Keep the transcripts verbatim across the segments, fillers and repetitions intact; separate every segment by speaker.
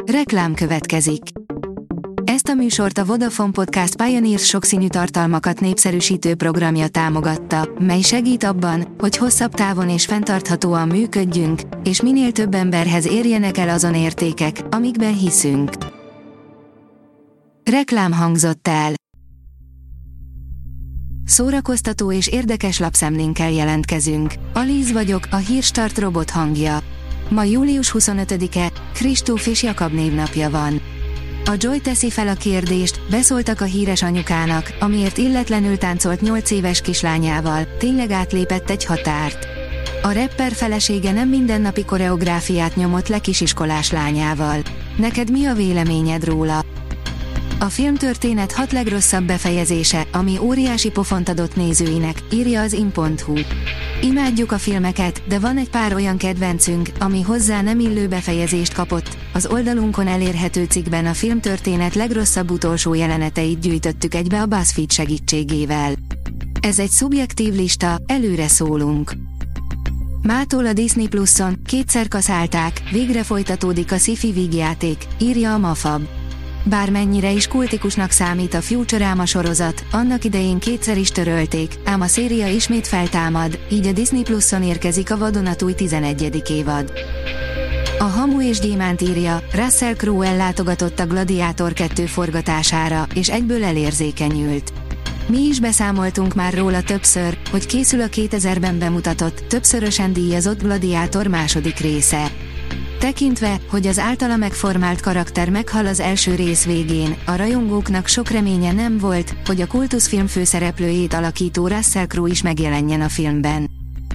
Speaker 1: Reklám következik. Ezt a műsort a Vodafone Podcast Pioneers sokszínű tartalmakat népszerűsítő programja támogatta, mely segít abban, hogy hosszabb távon és fenntarthatóan működjünk, és minél több emberhez érjenek el azon értékek, amikben hiszünk. Reklám hangzott el. Szórakoztató és érdekes lapszemlénkkel jelentkezünk. Alíz vagyok, a Hírstart robot hangja. Ma július huszonötödike, Kristóf és Jakab névnapja van. A Joy teszi fel a kérdést, beszóltak a híres anyukának, amiért illetlenül táncolt nyolc éves kislányával, tényleg átlépett egy határt. A rapper felesége nem mindennapi koreográfiát nyomott le kisiskolás lányával. Neked mi a véleményed róla? A filmtörténet hat legrosszabb befejezése, ami óriási pofont adott nézőinek, írja az in pont hu. Imádjuk a filmeket, de van egy pár olyan kedvencünk, ami hozzá nem illő befejezést kapott. Az oldalunkon elérhető cikkben a filmtörténet legrosszabb utolsó jeleneteit gyűjtöttük egybe a BuzzFeed segítségével. Ez egy szubjektív lista, előre szólunk. Mától a Disney Pluson, kétszer kaszálták, végre folytatódik a sci-fi vígjáték, írja a Mafab. Bármennyire is kultikusnak számít a Futurama sorozat, annak idején kétszer is törölték, ám a széria ismét feltámad, így a Disney Pluson érkezik a vadonatúj tizenegyedik évad. A Hamu és Gyémánt írja, Russell Crowe ellátogatott a Gladiátor kettő forgatására, és egyből elérzékenyült. Mi is beszámoltunk már róla többször, hogy készül a kétezerben bemutatott, többszörösen díjazott Gladiátor második része. Tekintve, hogy az általa megformált karakter meghal az első rész végén, a rajongóknak sok reménye nem volt, hogy a kultuszfilm főszereplőjét alakító Russell Crowe is megjelenjen a filmben.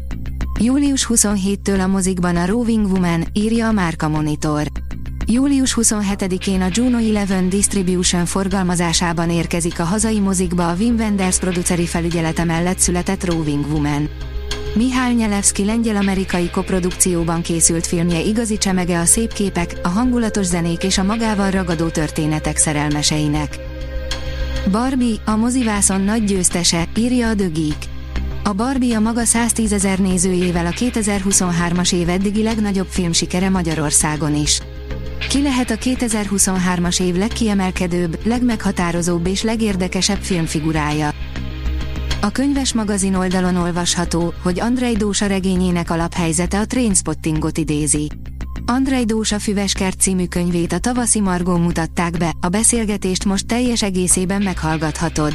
Speaker 1: július huszonhétedikétől a mozikban a Roving Woman, írja a Márka Monitor. július huszonhetedikén a Juno tizenegy Distribution forgalmazásában érkezik a hazai mozikba a Wim Wenders produceri felügyelete mellett született Roving Woman. Mihály Nyelevszky lengyel-amerikai koprodukcióban készült filmje igazi csemege a szép képek, a hangulatos zenék és a magával ragadó történetek szerelmeseinek. Barbie, a mozivászon nagy győztese, írja a The Geek. A Barbie a maga száztízezer nézőjével a kétezer-huszonhármas év eddigi legnagyobb filmsikere Magyarországon is. Ki lehet a kétezer-huszonhármas év legkiemelkedőbb, legmeghatározóbb és legérdekesebb filmfigurája? A Könyves magazin oldalon olvasható, hogy Andrej Dósa regényének alaphelyzete a Trainspottingot idézi. Andrej Dósa Füveskert című könyvét a tavaszi Margón mutatták be, a beszélgetést most teljes egészében meghallgathatod.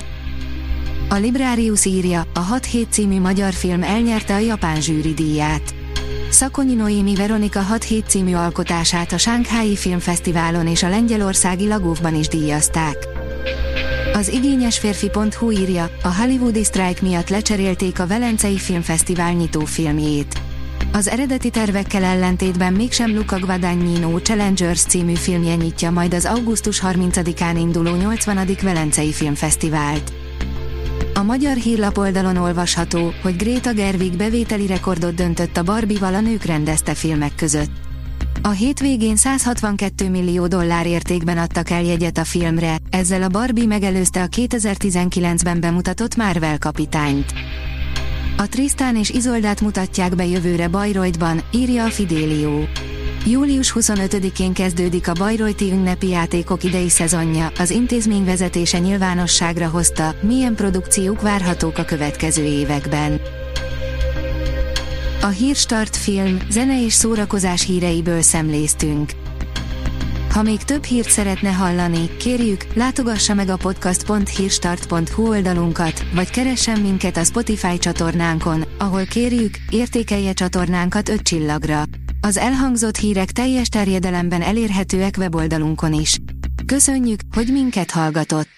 Speaker 1: A Librarius írja, a hat hét című magyar film elnyerte a japán zsűridíját. Szakonyi Noémi Veronika hat hét című alkotását a Shanghai Filmfesztiválon és a lengyelországi Lagóvban is díjazták. Az igényesférfi pont hu írja, a hollywoodi sztrájk miatt lecserélték a Velencei Filmfesztivál nyitófilmjét. Az eredeti tervekkel ellentétben mégsem Luca Guadagnino Challengers című filmje nyitja majd az augusztus harmincadikán induló nyolcvanadik Velencei Filmfesztivált. A Magyar Hírlap oldalon olvasható, hogy Greta Gerwig bevételi rekordot döntött a Barbie-val a nők rendezte filmek között. A hétvégén száz hatvankettő millió dollár értékben adtak el jegyet a filmre, ezzel a Barbie megelőzte a kétezer-tizenkilencben bemutatott Marvel kapitányt. A Tristan és Isoldát mutatják be jövőre Bayreuthban, írja a Fidelio. július huszonötödikén kezdődik a bayreuthi ünnepi játékok idei szezonja, az intézmény vezetése nyilvánosságra hozta, milyen produkciók várhatók a következő években. A Hírstart film, zene és szórakozás híreiből szemléztünk. Ha még több hírt szeretne hallani, kérjük, látogassa meg a podcast pont hírstart pont hu oldalunkat, vagy keressen minket a Spotify csatornánkon, ahol kérjük, értékelje csatornánkat öt csillagra. Az elhangzott hírek teljes terjedelemben elérhetőek weboldalunkon is. Köszönjük, hogy minket hallgatott!